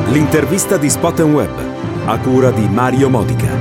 L'intervista di Spot & Web, a cura di Mario Modica.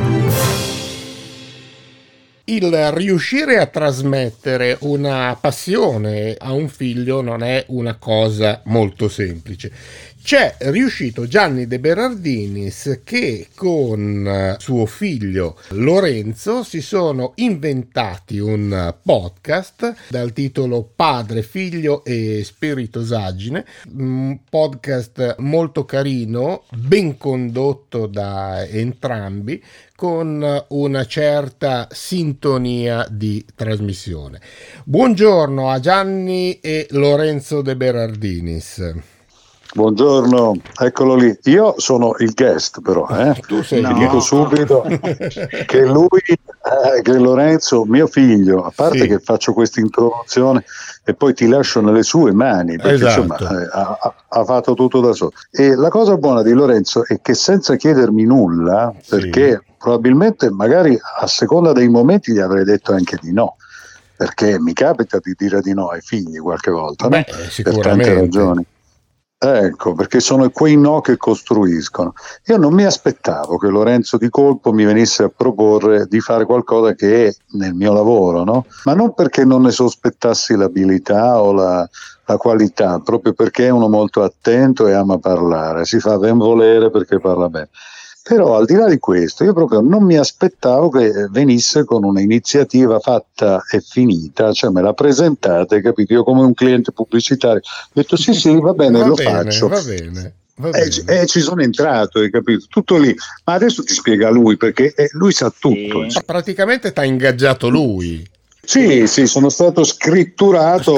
Il riuscire a trasmettere una passione a un figlio non è una cosa molto semplice. C'è riuscito Gianni De Berardinis, che con suo figlio Lorenzo si sono inventati un podcast dal titolo Padre, Figlio e Spiritosaggine, un podcast molto carino, ben condotto da entrambi, con una certa sintonia di trasmissione. Buongiorno a Gianni e Lorenzo De Berardinis. Buongiorno, eccolo lì. Io sono il guest, però, Tu sei ti dico subito che lui, che Lorenzo, mio figlio, a parte che faccio questa introduzione e poi ti lascio nelle sue mani, perché insomma ha fatto tutto da solo. E la cosa buona di Lorenzo è che senza chiedermi nulla, perché probabilmente magari a seconda dei momenti gli avrei detto anche di no, perché mi capita di dire di no ai figli qualche volta, no? Per tante ragioni. Ecco, perché sono quei no che costruiscono. Io non mi aspettavo che Lorenzo di colpo mi venisse a proporre di fare qualcosa che è nel mio lavoro, no? Ma non perché non ne sospettassi l'abilità o la qualità, proprio perché è uno molto attento e ama parlare, si fa ben volere perché parla bene. Però al di là di questo io proprio non mi aspettavo che venisse con un'iniziativa fatta e finita, cioè me la presentate, capito? Io come un cliente pubblicitario ho detto sì va bene, faccio. Va bene. E ci sono entrato, hai capito? Tutto lì. Ma adesso ti spiega lui, perché lui sa tutto. Praticamente t'ha ingaggiato lui. Sì, sono stato scritturato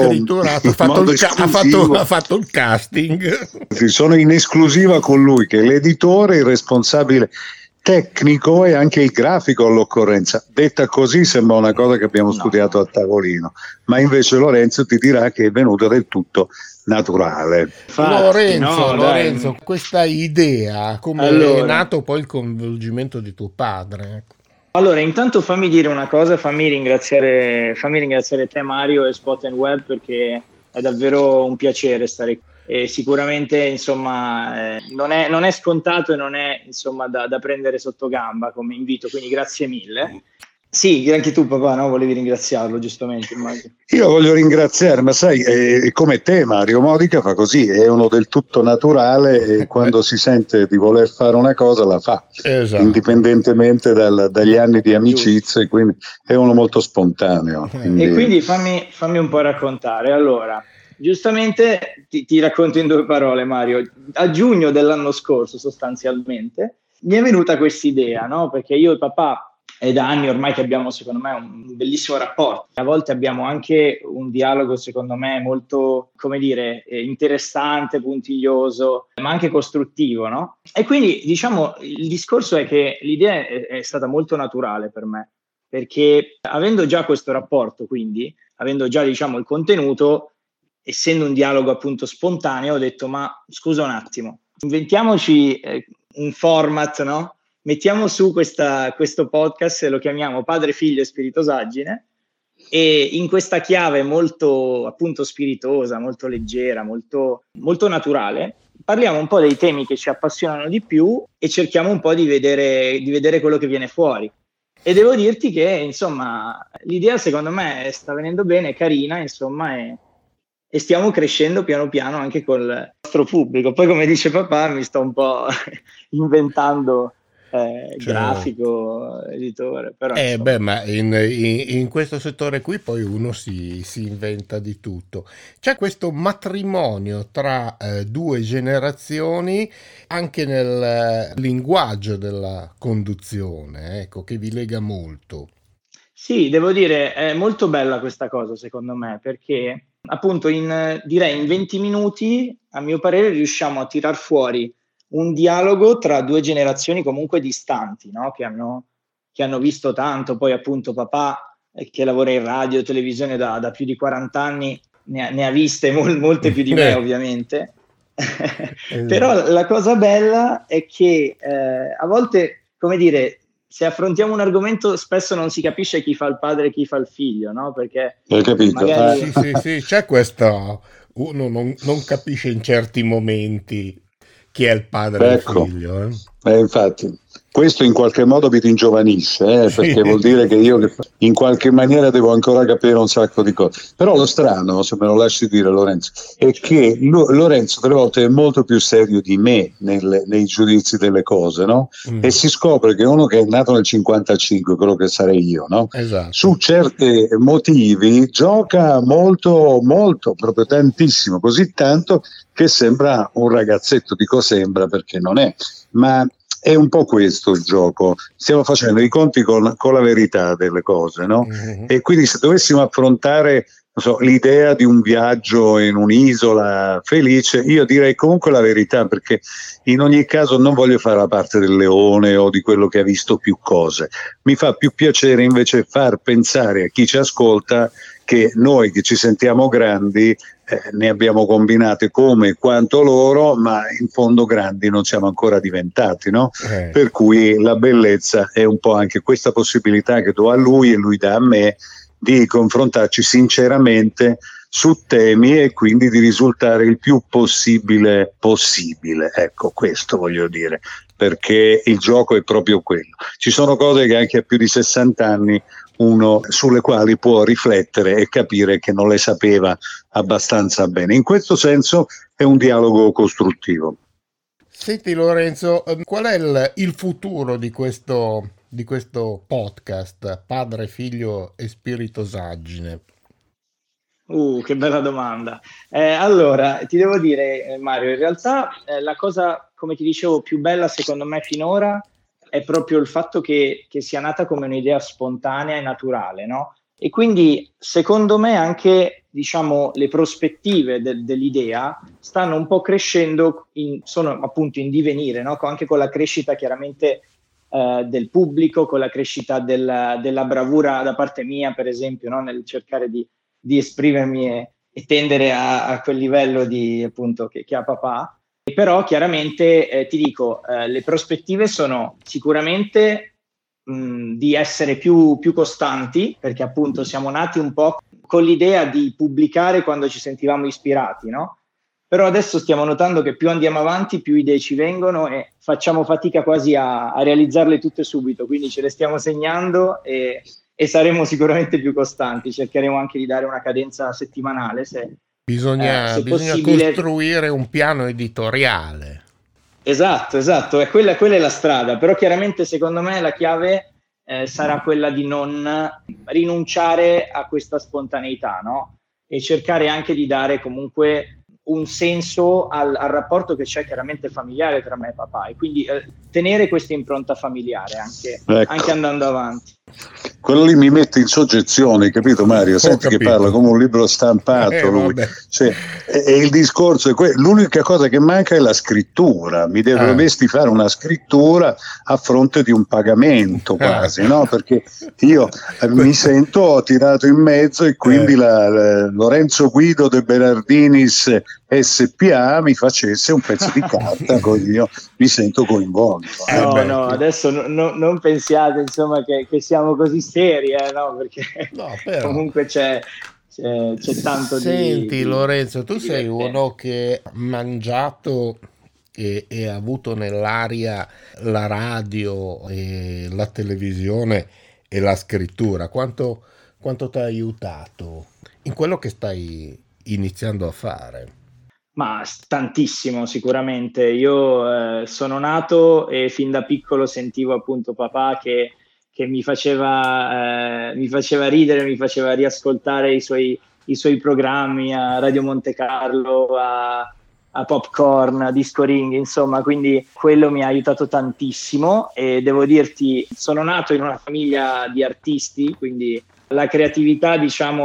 ha fatto il casting. Sì, sono in esclusiva con lui, che è l'editore, il responsabile tecnico e anche il grafico all'occorrenza. Detta così sembra una cosa che abbiamo studiato a tavolino, ma invece Lorenzo ti dirà che è venuto del tutto naturale. Lorenzo, questa idea, come è nato poi il coinvolgimento di tuo padre? Allora, intanto fammi dire una cosa, fammi ringraziare te Mario e Spot & Web, perché è davvero un piacere stare qui. E sicuramente insomma non è scontato e non è insomma da prendere sotto gamba come invito, quindi grazie mille. Sì, anche tu papà, no? Volevi ringraziarlo, giustamente, immagino. Io voglio ringraziare, ma sai, come te Mario Modica fa così, è uno del tutto naturale e quando si sente di voler fare una cosa la fa, indipendentemente dagli anni di amicizia, e quindi è uno molto spontaneo. E quindi fammi un po' raccontare. Allora, giustamente ti racconto in 2 parole Mario. A giugno dell'anno scorso sostanzialmente mi è venuta quest'idea, no? Perché io e papà è da anni ormai che abbiamo, secondo me, un bellissimo rapporto. A volte abbiamo anche un dialogo, secondo me, molto, come dire, interessante, puntiglioso, ma anche costruttivo, no? E quindi, diciamo, il discorso è che l'idea è stata molto naturale per me, perché avendo già questo rapporto, quindi, avendo già, diciamo, il contenuto, essendo un dialogo appunto spontaneo, ho detto, ma scusa un attimo, inventiamoci un format, no? Mettiamo su questo podcast e lo chiamiamo Padre, Figlio e Spiritosaggine, e in questa chiave molto appunto spiritosa, molto leggera, molto, molto naturale, parliamo un po' dei temi che ci appassionano di più e cerchiamo un po' di vedere quello che viene fuori. E devo dirti che insomma l'idea secondo me sta venendo bene, è carina, insomma, e stiamo crescendo piano piano anche col nostro pubblico. Poi, come dice papà, mi sto un po' inventando grafico, editore, però ma in questo settore qui poi uno si inventa di tutto. C'è questo matrimonio tra 2 generazioni anche nel linguaggio della conduzione, ecco, che vi lega molto. Sì, devo dire, è molto bella questa cosa secondo me, perché appunto direi in 20 minuti, a mio parere, riusciamo a tirar fuori un dialogo tra 2 generazioni comunque distanti, no? Che hanno visto tanto. Poi appunto papà, che lavora in radio e televisione da più di 40 anni, ne ha viste molte più di me ovviamente. Però la cosa bella è che a volte, come dire, se affrontiamo un argomento spesso non si capisce chi fa il padre e chi fa il figlio, no? Perché hai capito? Sì, c'è questo, uno non capisce in certi momenti chi è il padre del figlio. Infatti, questo in qualche modo mi ringiovanisce, perché vuol dire che io in qualche maniera devo ancora capire un sacco di cose. Però lo strano, se me lo lasci dire, Lorenzo, è che Lorenzo delle volte è molto più serio di me nei giudizi delle cose, no? E si scopre che uno che è nato nel 55, quello che sarei io, no? Esatto. Su certi motivi gioca molto, molto, proprio tantissimo, così tanto che sembra un ragazzetto. Dico sembra perché non è, ma è un po' questo il gioco. Stiamo facendo i conti con la verità delle cose, no? E quindi se dovessimo affrontare, non so, l'idea di un viaggio in un'isola felice, io direi comunque la verità, perché in ogni caso non voglio fare la parte del leone o di quello che ha visto più cose. Mi fa più piacere invece far pensare a chi ci ascolta che noi che ci sentiamo grandi ne abbiamo combinate come e quanto loro, ma in fondo grandi non siamo ancora diventati, no? Per cui la bellezza è un po' anche questa possibilità che do a lui e lui dà a me di confrontarci sinceramente su temi e quindi di risultare il più possibile. Ecco, questo voglio dire, perché il gioco è proprio quello. Ci sono cose che anche a più di 60 anni uno sulle quali può riflettere e capire che non le sapeva abbastanza bene. In questo senso è un dialogo costruttivo. Senti Lorenzo, qual è il futuro di questo podcast, Padre, Figlio e Spiritosaggine? Che bella domanda. Allora, ti devo dire, Mario, in realtà la cosa, come ti dicevo, più bella secondo me finora è proprio il fatto che sia nata come un'idea spontanea e naturale, no? E quindi, secondo me, anche, diciamo, le prospettive dell'idea stanno un po' crescendo, sono appunto in divenire, no? Anche con la crescita chiaramente del pubblico, con la crescita della bravura da parte mia, per esempio, no? Nel cercare di esprimermi e tendere a quel livello di, appunto, che ha papà. Però chiaramente ti dico, le prospettive sono sicuramente di essere più costanti, perché appunto siamo nati un po' con l'idea di pubblicare quando ci sentivamo ispirati, no? Però adesso stiamo notando che più andiamo avanti, più idee ci vengono e facciamo fatica quasi a realizzarle tutte subito, quindi ce le stiamo segnando e saremo sicuramente più costanti. Cercheremo anche di dare una cadenza settimanale se bisogna costruire un piano editoriale. Esatto, e quella è la strada, però chiaramente secondo me la chiave sarà quella di non rinunciare a questa spontaneità, no? E cercare anche di dare comunque un senso al rapporto che c'è chiaramente familiare tra me e papà, e quindi tenere questa impronta familiare anche andando avanti. Quello lì mi mette in soggezione, capito Mario? Senti che parla come un libro stampato lui. Cioè, e il discorso è l'unica cosa che manca è la scrittura. Mi dovresti fare una scrittura a fronte di un pagamento quasi, no? Perché io mi sento tirato in mezzo e quindi Lorenzo Guido de Bernardinis SPA mi facesse un pezzo di carta, io mi sento coinvolto. No, adesso non pensiate insomma che siamo così seri, no? Perché però comunque c'è tanto. Senti Lorenzo, tu sei uno che ha mangiato e ha avuto nell'aria la radio e la televisione e la scrittura. Quanto ti ha aiutato in quello che stai iniziando a fare? Ma tantissimo sicuramente. Io sono nato e fin da piccolo sentivo appunto papà che mi faceva ridere, mi faceva riascoltare i suoi programmi a Radio Monte Carlo, a Popcorn, a Disco Ring, insomma, quindi quello mi ha aiutato tantissimo. E devo dirti, sono nato in una famiglia di artisti, quindi la creatività, diciamo,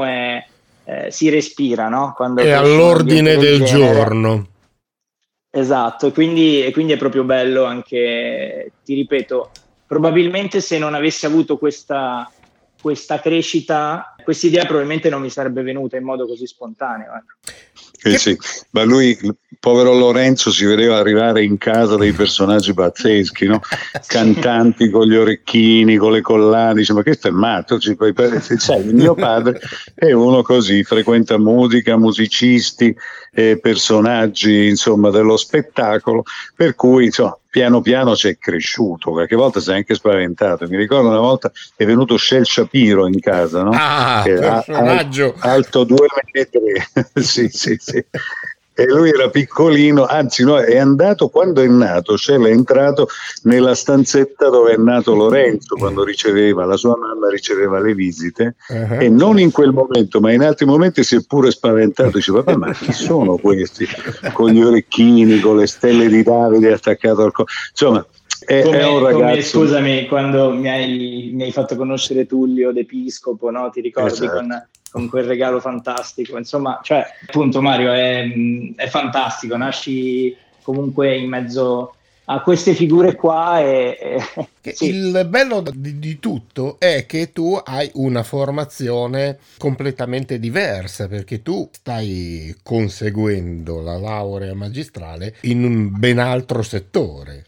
si respira, no? Quando è all'ordine del giorno. Esatto, e quindi è proprio bello anche, ti ripeto, probabilmente se non avessi avuto questa questa crescita, questa idea probabilmente non mi sarebbe venuta in modo così spontaneo. Sì, ma lui, il povero Lorenzo, si vedeva arrivare in casa dei personaggi pazzeschi, no? Cantanti con gli orecchini, con le collane, dice: ma che è matto? Sai, il mio padre è uno così, frequenta musica, musicisti, personaggi, insomma, dello spettacolo, per cui, insomma, piano piano c'è cresciuto, qualche volta si è anche spaventato. Mi ricordo una volta è venuto Shel Shapiro in casa, no? Personaggio alto 2 metri. sì. E lui era piccolino, anzi no, è andato quando è nato, Shel è entrato nella stanzetta dove è nato Lorenzo, quando la sua mamma riceveva le visite, e non in quel momento, ma in altri momenti si è pure spaventato, dice: papà, ma chi sono questi con gli orecchini, con le stelle di Davide attaccato al collo? Insomma, è un ragazzo. Scusami, quando mi hai fatto conoscere Tullio d'Episcopo, no? Ti ricordi? Esatto. Con quel regalo fantastico, insomma, cioè, appunto, Mario, è fantastico, nasci comunque in mezzo a queste figure qua sì. Il bello di tutto è che tu hai una formazione completamente diversa, perché tu stai conseguendo la laurea magistrale in un ben altro settore.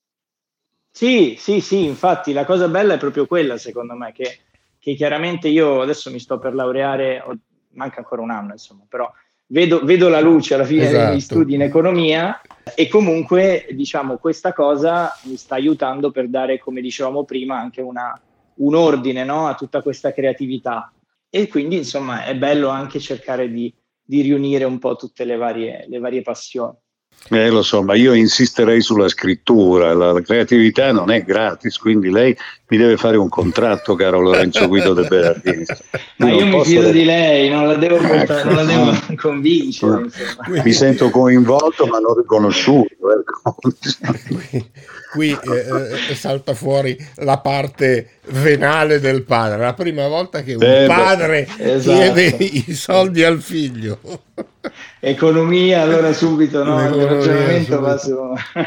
Sì, infatti la cosa bella è proprio quella, secondo me, che chiaramente io adesso mi sto per laureare, manca ancora un anno, insomma, però vedo la luce alla fine dei miei studi in economia, e comunque, diciamo, questa cosa mi sta aiutando per dare, come dicevamo prima, anche un ordine, no, a tutta questa creatività, e quindi, insomma, è bello anche cercare di riunire un po' tutte le varie passioni. Lo so, ma io insisterei sulla scrittura, la creatività non è gratis, quindi lei mi deve fare un contratto, caro Lorenzo Guido De Berardini. Ma io mi fido di lei, non la devo convincere. Mi sento coinvolto ma non riconosciuto. Qui salta fuori la parte venale del padre, la prima volta che un padre chiede i soldi al figlio. Economia, allora subito, no? Il ragionamento va su.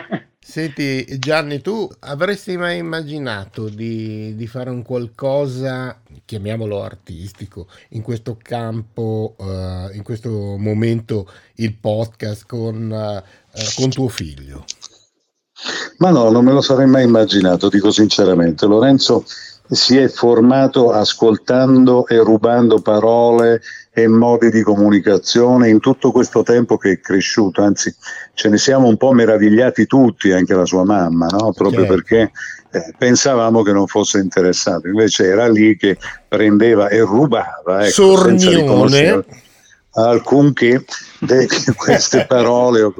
Senti Gianni, tu avresti mai immaginato di fare un qualcosa, chiamiamolo artistico, in questo campo, in questo momento, il podcast con tuo figlio? Ma no, non me lo sarei mai immaginato, dico sinceramente. Lorenzo si è formato ascoltando e rubando parole e modi di comunicazione in tutto questo tempo che è cresciuto, anzi ce ne siamo un po' meravigliati tutti, anche la sua mamma, no? Proprio perché pensavamo che non fosse interessato, invece era lì che prendeva e rubava, senza riconoscere alcunché queste parole o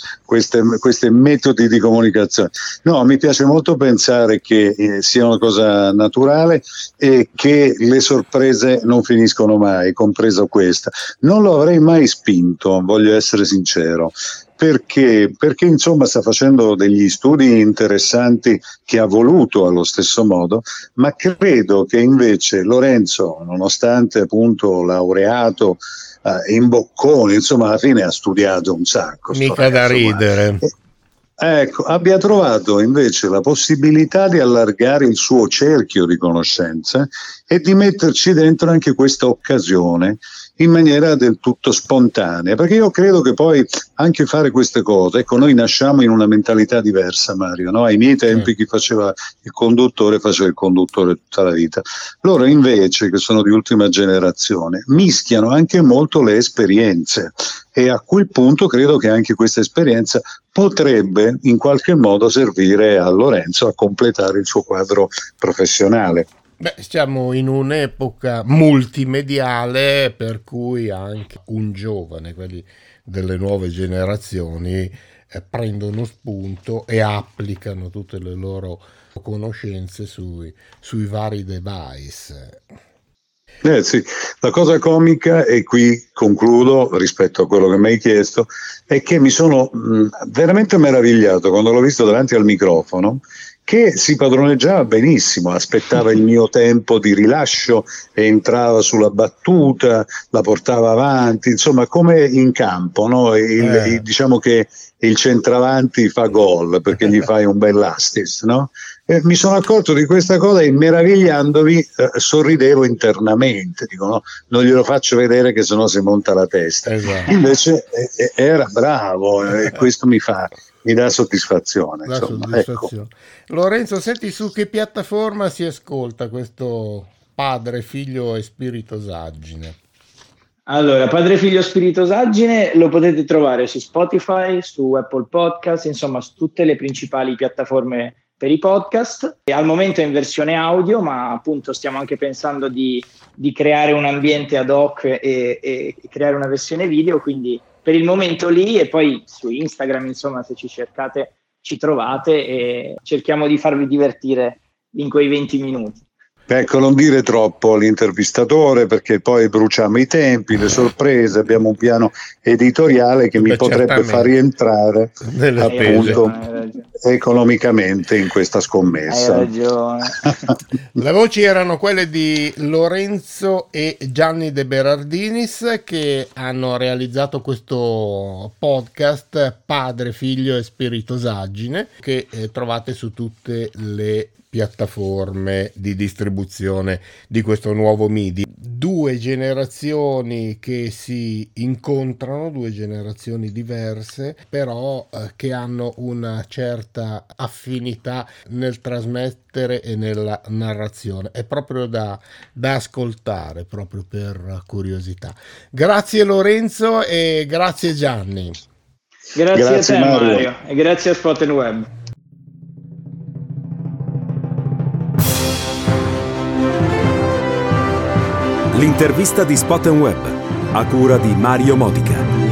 queste metodi di comunicazione. No, mi piace molto pensare che sia una cosa naturale e che le sorprese non finiscono mai, compresa questa. Non lo avrei mai spinto, voglio essere sincero. Perché insomma sta facendo degli studi interessanti che ha voluto allo stesso modo, ma credo che invece Lorenzo, nonostante appunto laureato in Bocconi, insomma alla fine ha studiato un sacco. Mica da ridere. Ecco, abbia trovato invece la possibilità di allargare il suo cerchio di conoscenze e di metterci dentro anche questa occasione in maniera del tutto spontanea, perché io credo che poi anche fare queste cose, ecco, noi nasciamo in una mentalità diversa, Mario, no? Ai miei tempi chi faceva il conduttore tutta la vita. Loro invece, che sono di ultima generazione, mischiano anche molto le esperienze, e a quel punto credo che anche questa esperienza potrebbe in qualche modo servire a Lorenzo a completare il suo quadro professionale. Beh, siamo in un'epoca multimediale per cui anche un giovane, quelli delle nuove generazioni, prendono spunto e applicano tutte le loro conoscenze sui vari device. Sì, la cosa comica, e qui concludo rispetto a quello che mi hai chiesto, è che mi sono veramente meravigliato quando l'ho visto davanti al microfono che si padroneggiava benissimo, aspettava il mio tempo di rilascio e entrava sulla battuta, la portava avanti, insomma come in campo, no? Diciamo che il centravanti fa gol perché gli fai un bel assist, no? Mi sono accorto di questa cosa e meravigliandomi sorridevo internamente, dico no, non glielo faccio vedere che sennò si monta la testa. Esatto. Invece era bravo e questo mi dà soddisfazione. Ecco. Lorenzo, senti, su che piattaforma si ascolta questo Padre, Figlio e Spiritosaggine? Allora, Padre, Figlio, Spiritosaggine lo potete trovare su Spotify, su Apple Podcast, insomma su tutte le principali piattaforme per i podcast. E al momento è in versione audio, ma appunto stiamo anche pensando di creare un ambiente ad hoc e creare una versione video, quindi per il momento lì, e poi su Instagram, insomma, se ci cercate ci trovate e cerchiamo di farvi divertire in quei 20 minuti. Ecco, non dire troppo all'intervistatore perché poi bruciamo i tempi, le sorprese, abbiamo un piano editoriale che mi potrebbe far rientrare appunto economicamente in questa scommessa. Hai ragione. Le voci erano quelle di Lorenzo e Gianni De Berardinis, che hanno realizzato questo podcast Padre, Figlio e Spiritosaggine, che trovate su tutte le piattaforme di distribuzione di questo nuovo media. Due generazioni che si incontrano, due generazioni diverse, però che hanno una certa affinità nel trasmettere e nella narrazione. È proprio da ascoltare, proprio per curiosità. Grazie Lorenzo e grazie Gianni. Grazie a te Mario e grazie a Spoten Web. L'intervista di Spoten Web, a cura di Mario Modica.